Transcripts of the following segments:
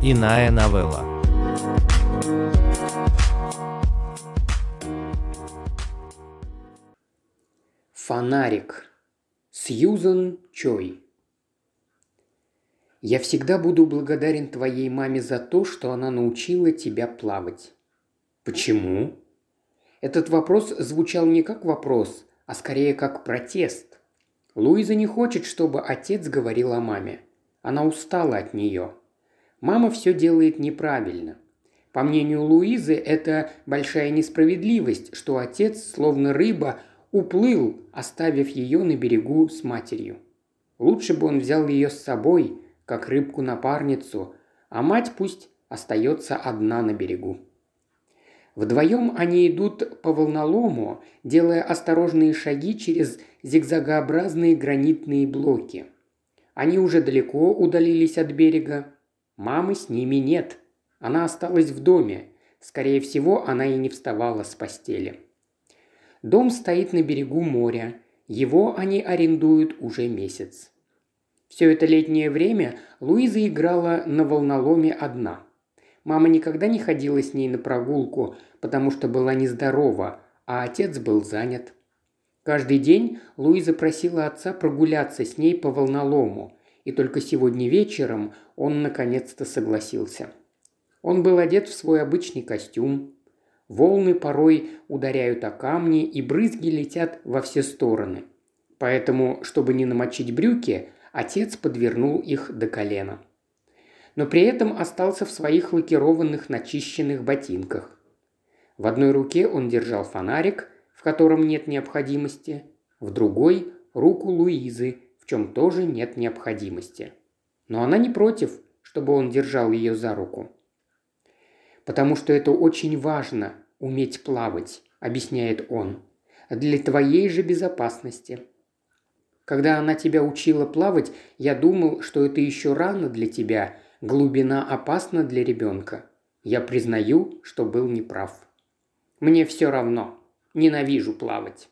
Иная новелла. Фонарик. Сьюзан Чой. Я всегда буду благодарен твоей маме за то, что она научила тебя плавать. Почему? Этот вопрос звучал не как вопрос, а скорее как протест. Луиза не хочет, чтобы отец говорил о маме. Она устала от нее. Мама все делает неправильно. По мнению Луизы, это большая несправедливость, что отец, словно рыба, уплыл, оставив ее на берегу с матерью. Лучше бы он взял ее с собой, как рыбку-напарницу, а мать пусть остается одна на берегу. Вдвоем они идут по волнолому, делая осторожные шаги через зигзагообразные гранитные блоки. Они уже далеко удалились от берега. Мамы с ними нет. Она осталась в доме. Скорее всего, она и не вставала с постели. Дом стоит на берегу моря. Его они арендуют уже месяц. Все это летнее время Луиза играла на волноломе одна. Мама никогда не ходила с ней на прогулку, потому что была нездорова, а отец был занят. Каждый день Луиза просила отца прогуляться с ней по волнолому, и только сегодня вечером он наконец-то согласился. Он был одет в свой обычный костюм. Волны порой ударяют о камни, и брызги летят во все стороны. Поэтому, чтобы не намочить брюки, отец подвернул их до колена. Но при этом остался в своих лакированных начищенных ботинках. В одной руке он держал фонарик, в котором нет необходимости, в другой – руку Луизы, в чем тоже нет необходимости. Но она не против, чтобы он держал ее за руку. «Потому что это очень важно – уметь плавать», – объясняет он, – «для твоей же безопасности. Когда она тебя учила плавать, я думал, что это еще рано для тебя, глубина опасна для ребенка. Я признаю, что был неправ. Мне все равно. Ненавижу плавать».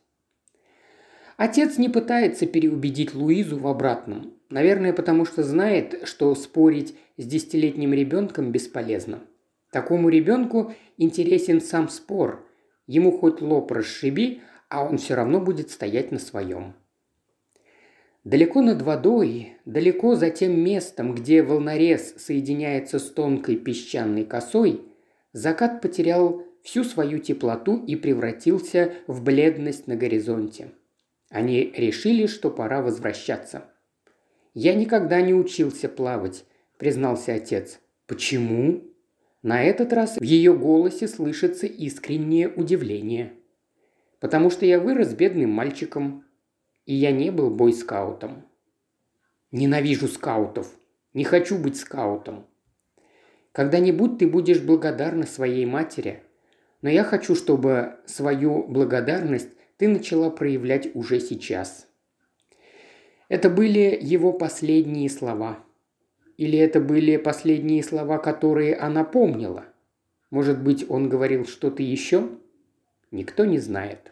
Отец не пытается переубедить Луизу в обратном. Наверное, потому что знает, что спорить с 10-летним ребенком бесполезно. Такому ребенку интересен сам спор. Ему хоть лоб расшиби, а он все равно будет стоять на своем. Далеко над водой, далеко за тем местом, где волнорез соединяется с тонкой песчаной косой, закат потерял всю свою теплоту и превратился в бледность на горизонте. Они решили, что пора возвращаться. «Я никогда не учился плавать», – признался отец. «Почему?» На этот раз в ее голосе слышится искреннее удивление. «Потому что я вырос бедным мальчиком, и я не был бойскаутом». «Ненавижу скаутов. Не хочу быть скаутом». «Когда-нибудь ты будешь благодарна своей матери, но я хочу, чтобы свою благодарность ты начала проявлять уже сейчас». Это были его последние слова. Или это были последние слова, которые она помнила? Может быть, он говорил что-то еще? Никто не знает.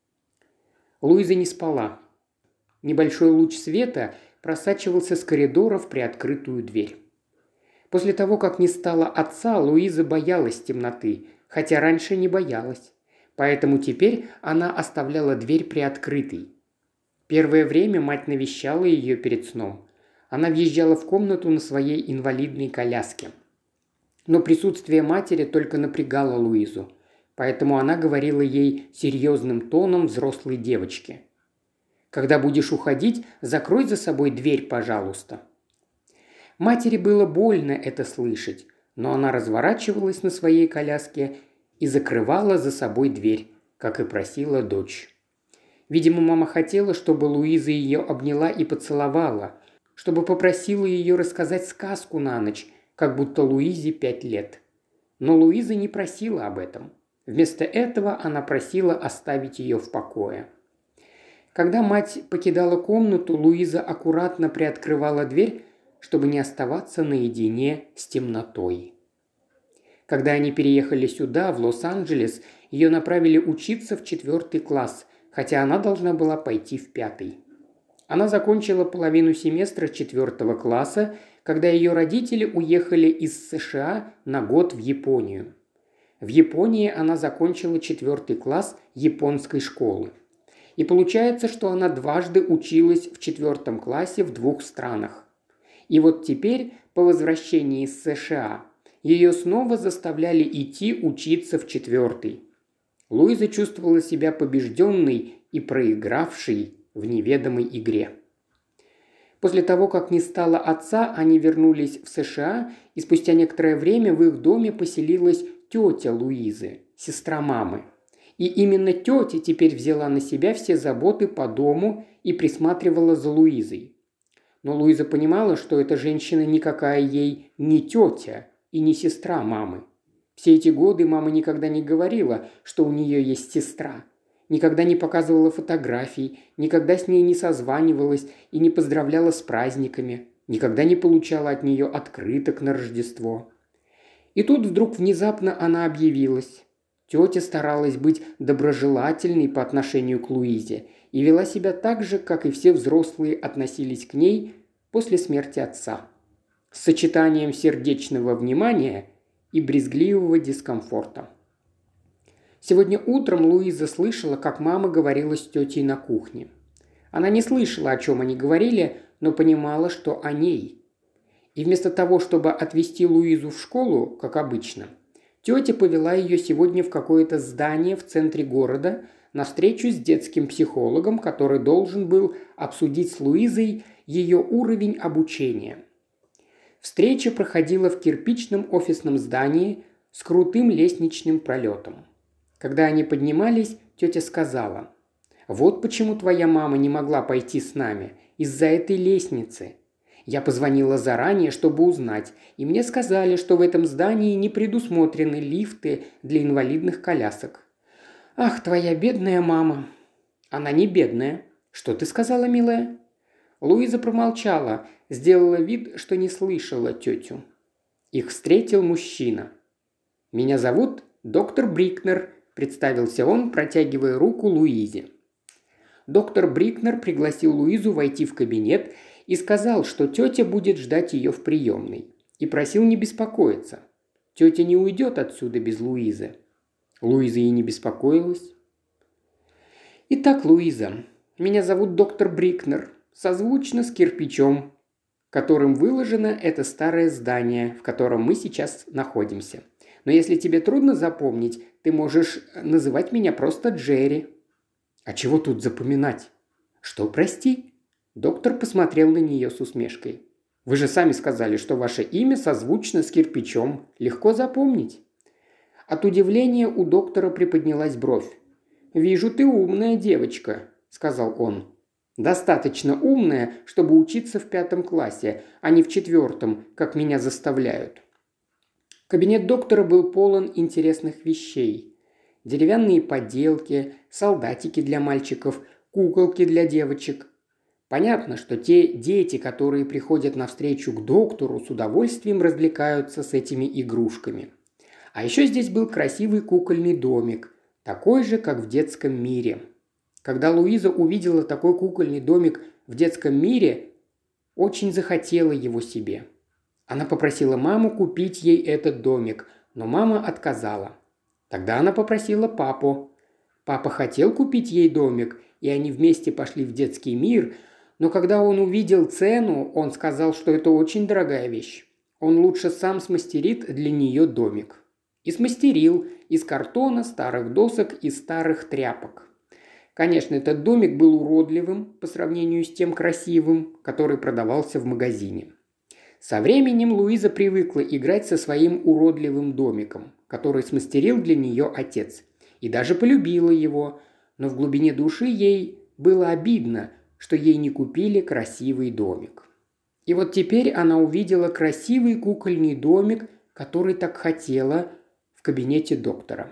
Луиза не спала. Небольшой луч света просачивался с коридора в приоткрытую дверь. После того, как не стало отца, Луиза боялась темноты, хотя раньше не боялась. Поэтому теперь она оставляла дверь приоткрытой. Первое время мать навещала ее перед сном. Она въезжала в комнату на своей инвалидной коляске. Но присутствие матери только напрягало Луизу, поэтому она говорила ей серьезным тоном взрослой девочки. «Когда будешь уходить, закрой за собой дверь, пожалуйста». Матери было больно это слышать, но она разворачивалась на своей коляске и закрывала за собой дверь, как и просила дочь. Видимо, мама хотела, чтобы Луиза ее обняла и поцеловала, чтобы попросила ее рассказать сказку на ночь, как будто Луизе 5 лет. Но Луиза не просила об этом. Вместо этого она просила оставить ее в покое. Когда мать покидала комнату, Луиза аккуратно приоткрывала дверь, чтобы не оставаться наедине с темнотой. Когда они переехали сюда, в Лос-Анджелес, ее направили учиться в 4 класс, хотя она должна была пойти в 5. Она закончила половину семестра 4 класса, когда ее родители уехали из США на год в Японию. В Японии она закончила 4 класс японской школы. И получается, что она дважды училась в 4 классе в 2 странах. И вот теперь, по возвращении из США, ее снова заставляли идти учиться в 4. Луиза чувствовала себя побежденной и проигравшей в неведомой игре. После того, как не стало отца, они вернулись в США, и спустя некоторое время в их доме поселилась тетя Луизы, сестра мамы. И именно тетя теперь взяла на себя все заботы по дому и присматривала за Луизой. Но Луиза понимала, что эта женщина никакая ей не тетя и не сестра мамы. Все эти годы мама никогда не говорила, что у нее есть сестра. Никогда не показывала фотографий, никогда с ней не созванивалась и не поздравляла с праздниками, никогда не получала от нее открыток на Рождество. И тут вдруг внезапно она объявилась. Тетя старалась быть доброжелательной по отношению к Луизе и вела себя так же, как и все взрослые относились к ней после смерти отца. С сочетанием сердечного внимания и брезгливого дискомфорта. Сегодня утром Луиза слышала, как мама говорила с тетей на кухне. Она не слышала, о чем они говорили, но понимала, что о ней. И вместо того, чтобы отвезти Луизу в школу, как обычно, тетя повела ее сегодня в какое-то здание в центре города на встречу с детским психологом, который должен был обсудить с Луизой ее уровень обучения. Встреча проходила в кирпичном офисном здании с крутым лестничным пролетом. Когда они поднимались, тетя сказала: «Вот почему твоя мама не могла пойти с нами, из-за этой лестницы. Я позвонила заранее, чтобы узнать, и мне сказали, что в этом здании не предусмотрены лифты для инвалидных колясок». «Ах, твоя бедная мама!» «Она не бедная. Что ты сказала, милая?» Луиза промолчала, сделала вид, что не слышала тетю. Их встретил мужчина. «Меня зовут доктор Брикнер», – представился он, протягивая руку Луизе. Доктор Брикнер пригласил Луизу войти в кабинет и сказал, что тетя будет ждать ее в приемной. И просил не беспокоиться. Тетя не уйдет отсюда без Луизы. Луиза и не беспокоилась. «Итак, Луиза, меня зовут доктор Брикнер, созвучно с кирпичом, которым выложено это старое здание, в котором мы сейчас находимся. Но если тебе трудно запомнить, ты можешь называть меня просто Джерри». «А чего тут запоминать?» «Что, прости?» Доктор посмотрел на нее с усмешкой. «Вы же сами сказали, что ваше имя созвучно с кирпичом. Легко запомнить». От удивления у доктора приподнялась бровь. «Вижу, ты умная девочка», – сказал он. «Достаточно умная, чтобы учиться в 5 классе, а не в 4, как меня заставляют». Кабинет доктора был полон интересных вещей. Деревянные поделки, солдатики для мальчиков, куколки для девочек. Понятно, что те дети, которые приходят навстречу к доктору, с удовольствием развлекаются с этими игрушками. А еще здесь был красивый кукольный домик, такой же, как в детском мире. Когда Луиза увидела такой кукольный домик в детском мире, очень захотела его себе. Она попросила маму купить ей этот домик, но мама отказала. Тогда она попросила папу. Папа хотел купить ей домик, и они вместе пошли в детский мир, но когда он увидел цену, он сказал, что это очень дорогая вещь. Он лучше сам смастерит для нее домик. И смастерил из картона, старых досок и старых тряпок. Конечно, этот домик был уродливым по сравнению с тем красивым, который продавался в магазине. Со временем Луиза привыкла играть со своим уродливым домиком, который смастерил для нее отец, и даже полюбила его, но в глубине души ей было обидно, что ей не купили красивый домик. И вот теперь она увидела красивый кукольный домик, который так хотела, в кабинете доктора.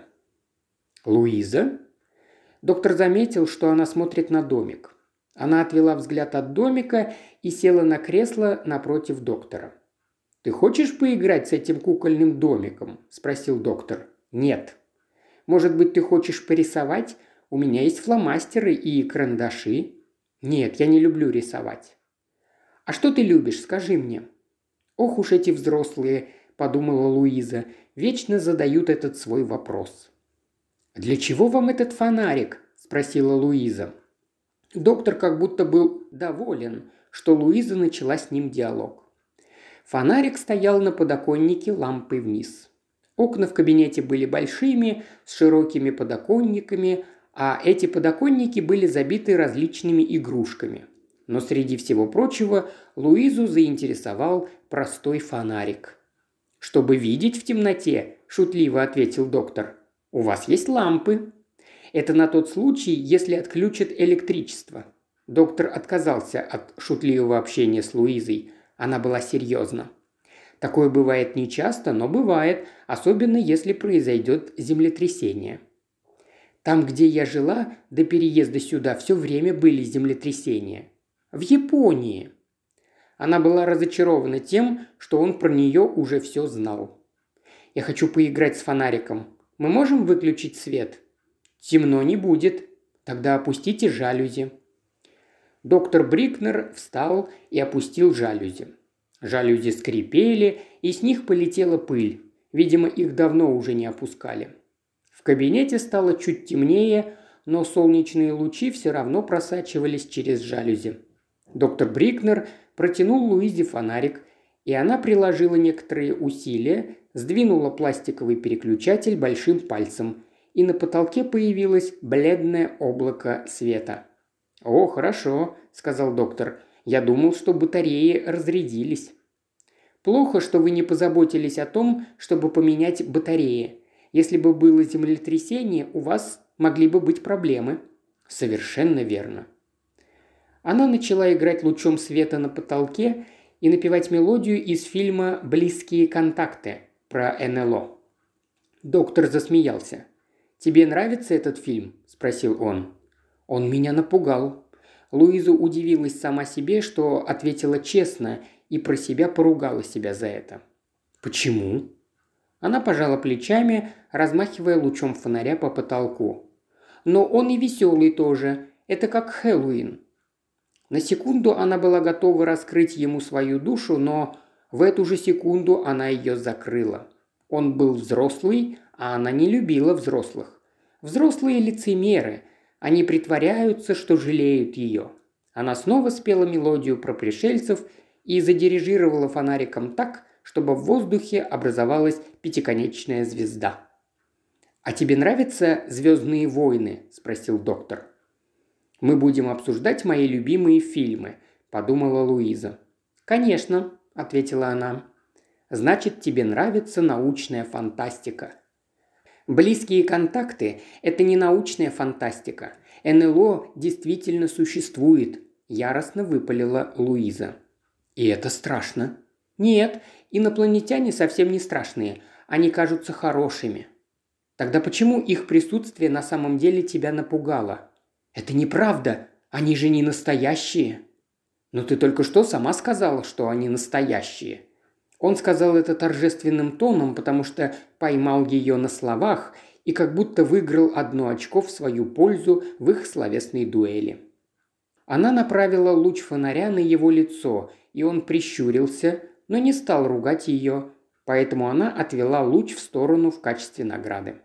«Луиза?» Доктор заметил, что она смотрит на домик. Она отвела взгляд от домика и села на кресло напротив доктора. «Ты хочешь поиграть с этим кукольным домиком?» – спросил доктор. «Нет». «Может быть, ты хочешь порисовать? У меня есть фломастеры и карандаши». Нет, я не люблю рисовать. А что ты любишь, скажи мне. Ох уж эти взрослые, подумала Луиза, вечно задают этот свой вопрос. «Для чего вам этот фонарик?» – спросила Луиза. Доктор как будто был доволен, что Луиза начала с ним диалог. Фонарик стоял на подоконнике лампой вниз. Окна в кабинете были большими, с широкими подоконниками, а эти подоконники были забиты различными игрушками. Но среди всего прочего Луизу заинтересовал простой фонарик. «Чтобы видеть в темноте», – шутливо ответил доктор. «У вас есть лампы». Это на тот случай, если отключат электричество. Доктор отказался от шутливого общения с Луизой. Она была серьезна. Такое бывает нечасто, но бывает, особенно если произойдет землетрясение. Там, где я жила, до переезда сюда все время были землетрясения. В Японии. Она была разочарована тем, что он про нее уже все знал. «Я хочу поиграть с фонариком. Мы можем выключить свет?» «Темно не будет. Тогда опустите жалюзи». Доктор Брикнер встал и опустил жалюзи. Жалюзи скрипели, и с них полетела пыль. Видимо, их давно уже не опускали. В кабинете стало чуть темнее, но солнечные лучи все равно просачивались через жалюзи. Доктор Брикнер протянул Луизе фонарик, и она приложила некоторые усилия, сдвинула пластиковый переключатель большим пальцем, и на потолке появилось бледное облако света. «О, хорошо», – сказал доктор. «Я думал, что батареи разрядились». «Плохо, что вы не позаботились о том, чтобы поменять батареи. Если бы было землетрясение, у вас могли бы быть проблемы». «Совершенно верно». Она начала играть лучом света на потолке и напевать мелодию из фильма «Близкие контакты» про НЛО. Доктор засмеялся. «Тебе нравится этот фильм?» – спросил он. «Он меня напугал». Луиза удивилась сама себе, что ответила честно и про себя поругала себя за это. «Почему?» Она пожала плечами, размахивая лучом фонаря по потолку. «Но он и веселый тоже. Это как Хэллоуин». На секунду она была готова раскрыть ему свою душу, но в эту же секунду она ее закрыла. Он был взрослый, а она не любила взрослых. Взрослые лицемеры. Они притворяются, что жалеют ее. Она снова спела мелодию про пришельцев и задирижировала фонариком так, чтобы в воздухе образовалась пятиконечная звезда. «А тебе нравятся «Звездные войны»?» – спросил доктор. «Мы будем обсуждать мои любимые фильмы», – подумала Луиза. «Конечно», – ответила она. «Значит, тебе нравится научная фантастика». «Близкие контакты – это не научная фантастика. НЛО действительно существует», – яростно выпалила Луиза. «И это страшно». «Нет, инопланетяне совсем не страшные. Они кажутся хорошими». «Тогда почему их присутствие на самом деле тебя напугало?» «Это неправда. Они же не настоящие». «Но ты только что сама сказала, что они настоящие». Он сказал это торжественным тоном, потому что поймал ее на словах и как будто выиграл 1 очко в свою пользу в их словесной дуэли. Она направила луч фонаря на его лицо, и он прищурился, но не стал ругать ее, поэтому она отвела луч в сторону в качестве награды.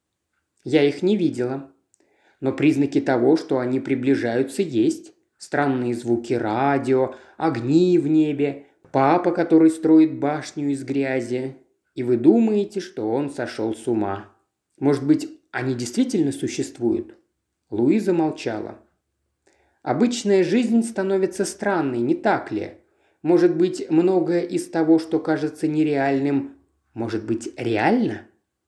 «Я их не видела. Но признаки того, что они приближаются, есть. Странные звуки радио, огни в небе, папа, который строит башню из грязи. И вы думаете, что он сошел с ума. Может быть, они действительно существуют?» Луиза молчала. «Обычная жизнь становится странной, не так ли? Может быть, многое из того, что кажется нереальным, может быть реально?»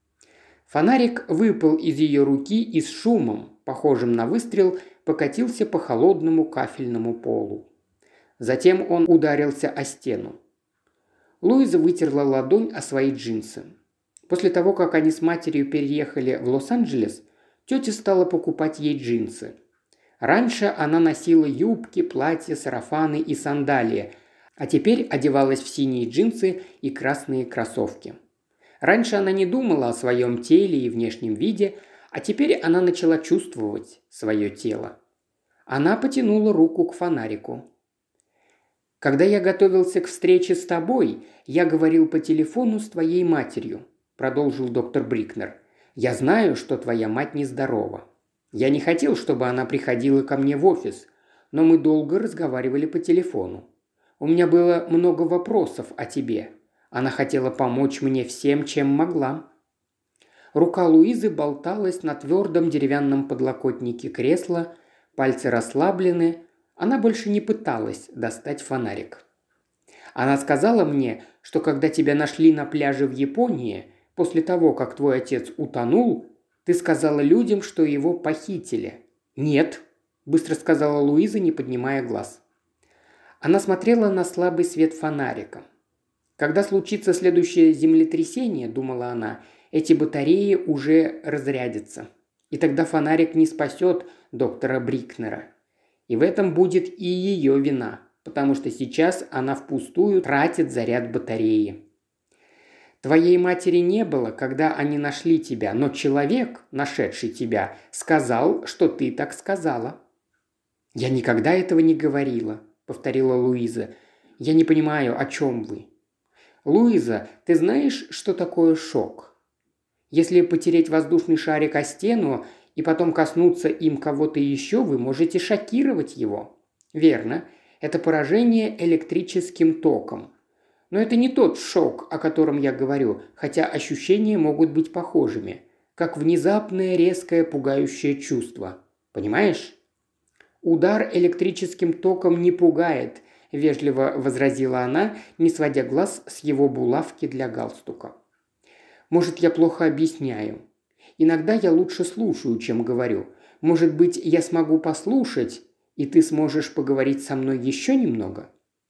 Фонарик выпал из ее руки и с шумом, похожим на выстрел, покатился по холодному кафельному полу. Затем он ударился о стену. Луиза вытерла ладонь о свои джинсы. После того, как они с матерью переехали в Лос-Анджелес, тетя стала покупать ей джинсы. Раньше она носила юбки, платья, сарафаны и сандалии, а теперь одевалась в синие джинсы и красные кроссовки. Раньше она не думала о своем теле и внешнем виде, а теперь она начала чувствовать свое тело. Она потянула руку к фонарику. «Когда я готовился к встрече с тобой, я говорил по телефону с твоей матерью», – продолжил доктор Брикнер. «Я знаю, что твоя мать нездорова. Я не хотел, чтобы она приходила ко мне в офис, но мы долго разговаривали по телефону. У меня было много вопросов о тебе. Она хотела помочь мне всем, чем могла». Рука Луизы болталась на твердом деревянном подлокотнике кресла, пальцы расслаблены, она больше не пыталась достать фонарик. «Она сказала мне, что когда тебя нашли на пляже в Японии, после того, как твой отец утонул, ты сказала людям, что его похитили». «Нет», – быстро сказала Луиза, не поднимая глаз. Она смотрела на слабый свет фонарика. «Когда случится следующее землетрясение, – думала она, – эти батареи уже разрядятся. И тогда фонарик не спасет доктора Брикнера. И в этом будет и ее вина, потому что сейчас она впустую тратит заряд батареи. Твоей матери не было, когда они нашли тебя, но человек, нашедший тебя, сказал, что ты так сказала». «Я никогда этого не говорила», – повторила Луиза. «Я не понимаю, о чем вы». «Луиза, ты знаешь, что такое шок? Если потереть воздушный шарик о стену и потом коснуться им кого-то еще, вы можете шокировать его». «Верно. Это поражение электрическим током. Но это не тот шок, о котором я говорю, хотя ощущения могут быть похожими. Как внезапное, резкое, пугающее чувство. Понимаешь?» «Удар электрическим током не пугает», – вежливо возразила она, не сводя глаз с его булавки для галстука. «Может, я плохо объясняю. Иногда я лучше слушаю, чем говорю. Может быть, я смогу послушать, и ты сможешь поговорить со мной еще немного?»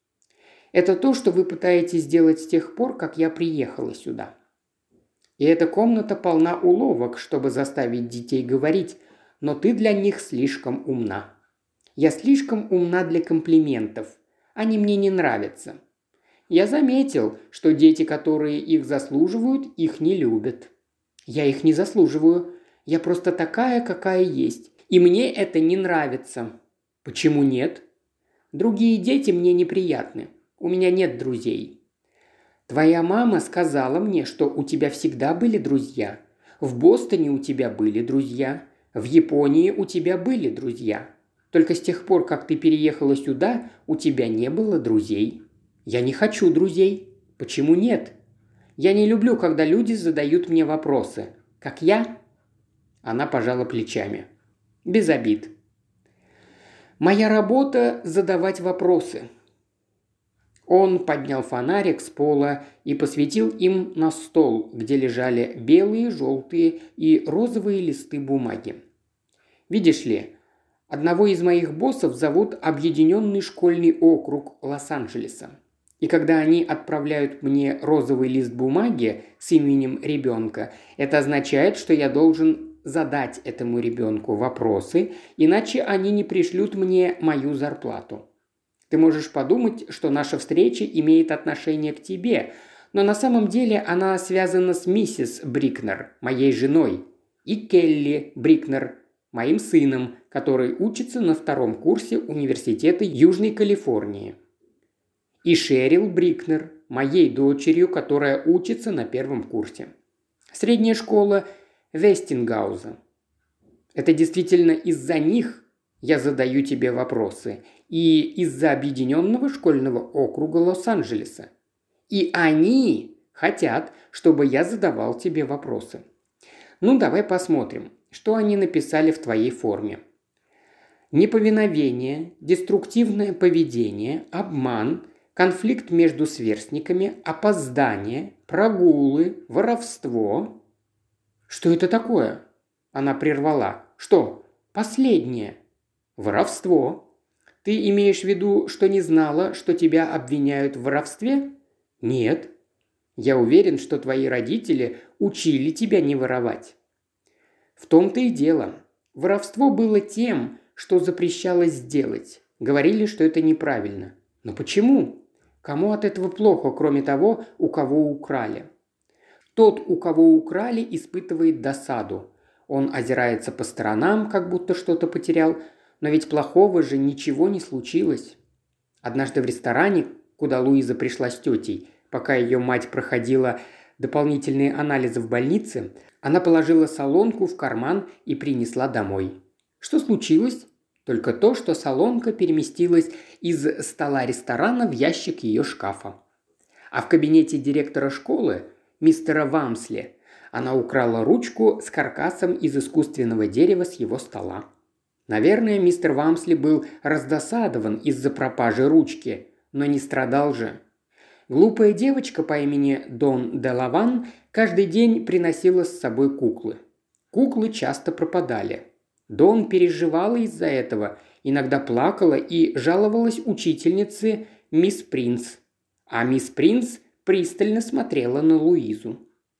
«Это то, что вы пытаетесь сделать с тех пор, как я приехала сюда. И эта комната полна уловок, чтобы заставить детей говорить, но ты для них слишком умна. Я слишком умна для комплиментов. Они мне не нравятся. Я заметил, что дети, которые их заслуживают, их не любят. Я их не заслуживаю. Я просто такая, какая есть. И мне это не нравится». «Почему нет?» «Другие дети мне неприятны. У меня нет друзей». «Твоя мама сказала мне, что у тебя всегда были друзья. В Бостоне у тебя были друзья. В Японии у тебя были друзья. Только с тех пор, как ты переехала сюда, у тебя не было друзей». «Я не хочу друзей». «Почему нет?» «Я не люблю, когда люди задают мне вопросы. Как я?» Она пожала плечами. «Без обид. Моя работа – задавать вопросы». Он поднял фонарик с пола и посветил им на стол, где лежали белые, желтые и розовые листы бумаги. «Видишь ли, одного из моих боссов зовут Объединенный школьный округ Лос-Анджелеса. И когда они отправляют мне розовый лист бумаги с именем ребенка, это означает, что я должен задать этому ребенку вопросы, иначе они не пришлют мне мою зарплату. Ты можешь подумать, что наша встреча имеет отношение к тебе, но на самом деле она связана с миссис Брикнер, моей женой, и Келли Брикнер, моим сыном, который учится на 2-м курсе университета Южной Калифорнии. И Шерил Брикнер, моей дочерью, которая учится на 1-м курсе. Средняя школа Вестингауза. Это действительно из-за них я задаю тебе вопросы. И из-за Объединенного школьного округа Лос-Анджелеса. И они хотят, чтобы я задавал тебе вопросы. Ну, давай посмотрим, что они написали в твоей форме. Неповиновение, деструктивное поведение, обман, конфликт между сверстниками, опоздание, прогулы, воровство. «Что это такое?» Она прервала. «Что? Последнее?» «Воровство. Ты имеешь в виду, что не знала, что тебя обвиняют в воровстве?» «Нет. Я уверен, что твои родители учили тебя не воровать». «В том-то и дело. Воровство было тем, что запрещалось делать. Говорили, что это неправильно. Но почему? Кому от этого плохо, кроме того, у кого украли? Тот, у кого украли, испытывает досаду. Он озирается по сторонам, как будто что-то потерял, Но ведь плохого же ничего не случилось. Однажды в ресторане, куда Луиза пришла с тетей, пока ее мать проходила дополнительные анализы в больнице, она положила солонку в карман и принесла домой. Что случилось? Только то, что солонка переместилась из стола ресторана в ящик ее шкафа. А в кабинете директора школы, мистера Вамсли, она украла ручку с каркасом из искусственного дерева с его стола. Наверное, мистер Вамсли был раздосадован из-за пропажи ручки, но не страдал же. Глупая девочка по имени Дон де Лаван каждый день приносила с собой куклы. Куклы часто пропадали. Дон переживала из-за этого, иногда плакала и жаловалась учительнице мисс Принц. А мисс Принц пристально смотрела на Луизу.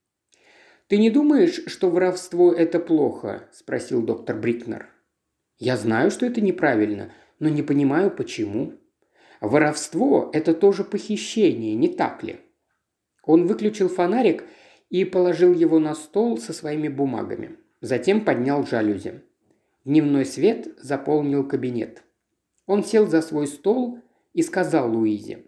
«Ты не думаешь, что воровство – это плохо?» – спросил доктор Брикнер. «Я знаю, что это неправильно, но не понимаю, почему. Воровство – это тоже похищение, не так ли?» Он выключил фонарик и положил его на стол со своими бумагами. Затем поднял жалюзи. Дневной свет заполнил кабинет. Он сел за свой стол и сказал Луизе: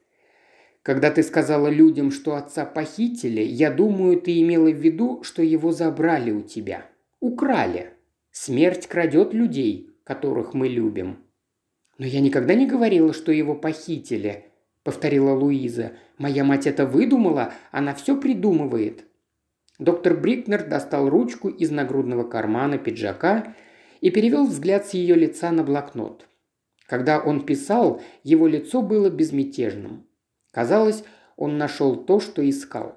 «Когда ты сказала людям, что отца похитили, я думаю, ты имела в виду, что его забрали у тебя. Украли. Смерть крадет людей, которых мы любим». «Но я никогда не говорила, что его похитили», – повторила Луиза. «Моя мать это выдумала, она все придумывает». Доктор Брикнер достал ручку из нагрудного кармана пиджака и перевел взгляд с ее лица на блокнот. Когда он писал, его лицо было безмятежным. Казалось, он нашел то, что искал.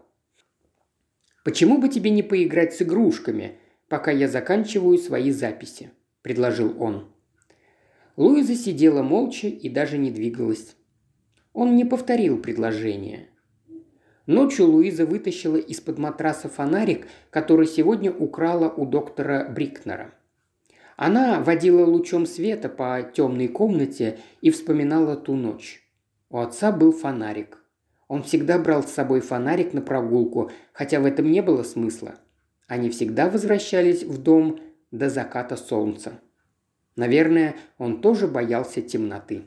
«Почему бы тебе не поиграть с игрушками, пока я заканчиваю свои записи?» – предложил он. Луиза сидела молча и даже не двигалась. Он не повторил предложение. Ночью Луиза вытащила из-под матраса фонарик, который сегодня украла у доктора Брикнера. Она водила лучом света по темной комнате и вспоминала ту ночь. У отца был фонарик. Он всегда брал с собой фонарик на прогулку, хотя в этом не было смысла. Они всегда возвращались в дом до заката солнца. Наверное, он тоже боялся темноты.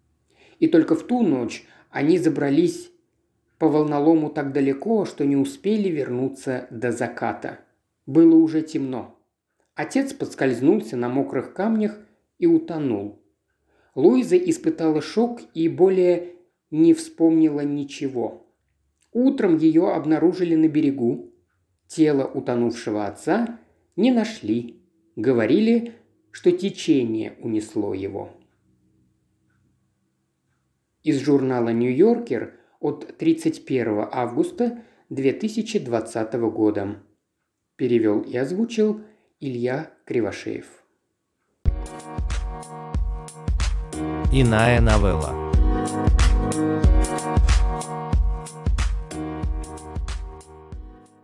И только в ту ночь они забрались по волнолому так далеко, что не успели вернуться до заката. Было уже темно. Отец подскользнулся на мокрых камнях и утонул. Луиза испытала шок и более не вспомнила ничего. Утром ее обнаружили на берегу. Тело утонувшего отца не нашли. Говорили, что течение унесло его. Из журнала «Нью-Йоркер» от 31 августа 2020 года. Перевел и озвучил Илья Кривошеев. Иная новелла.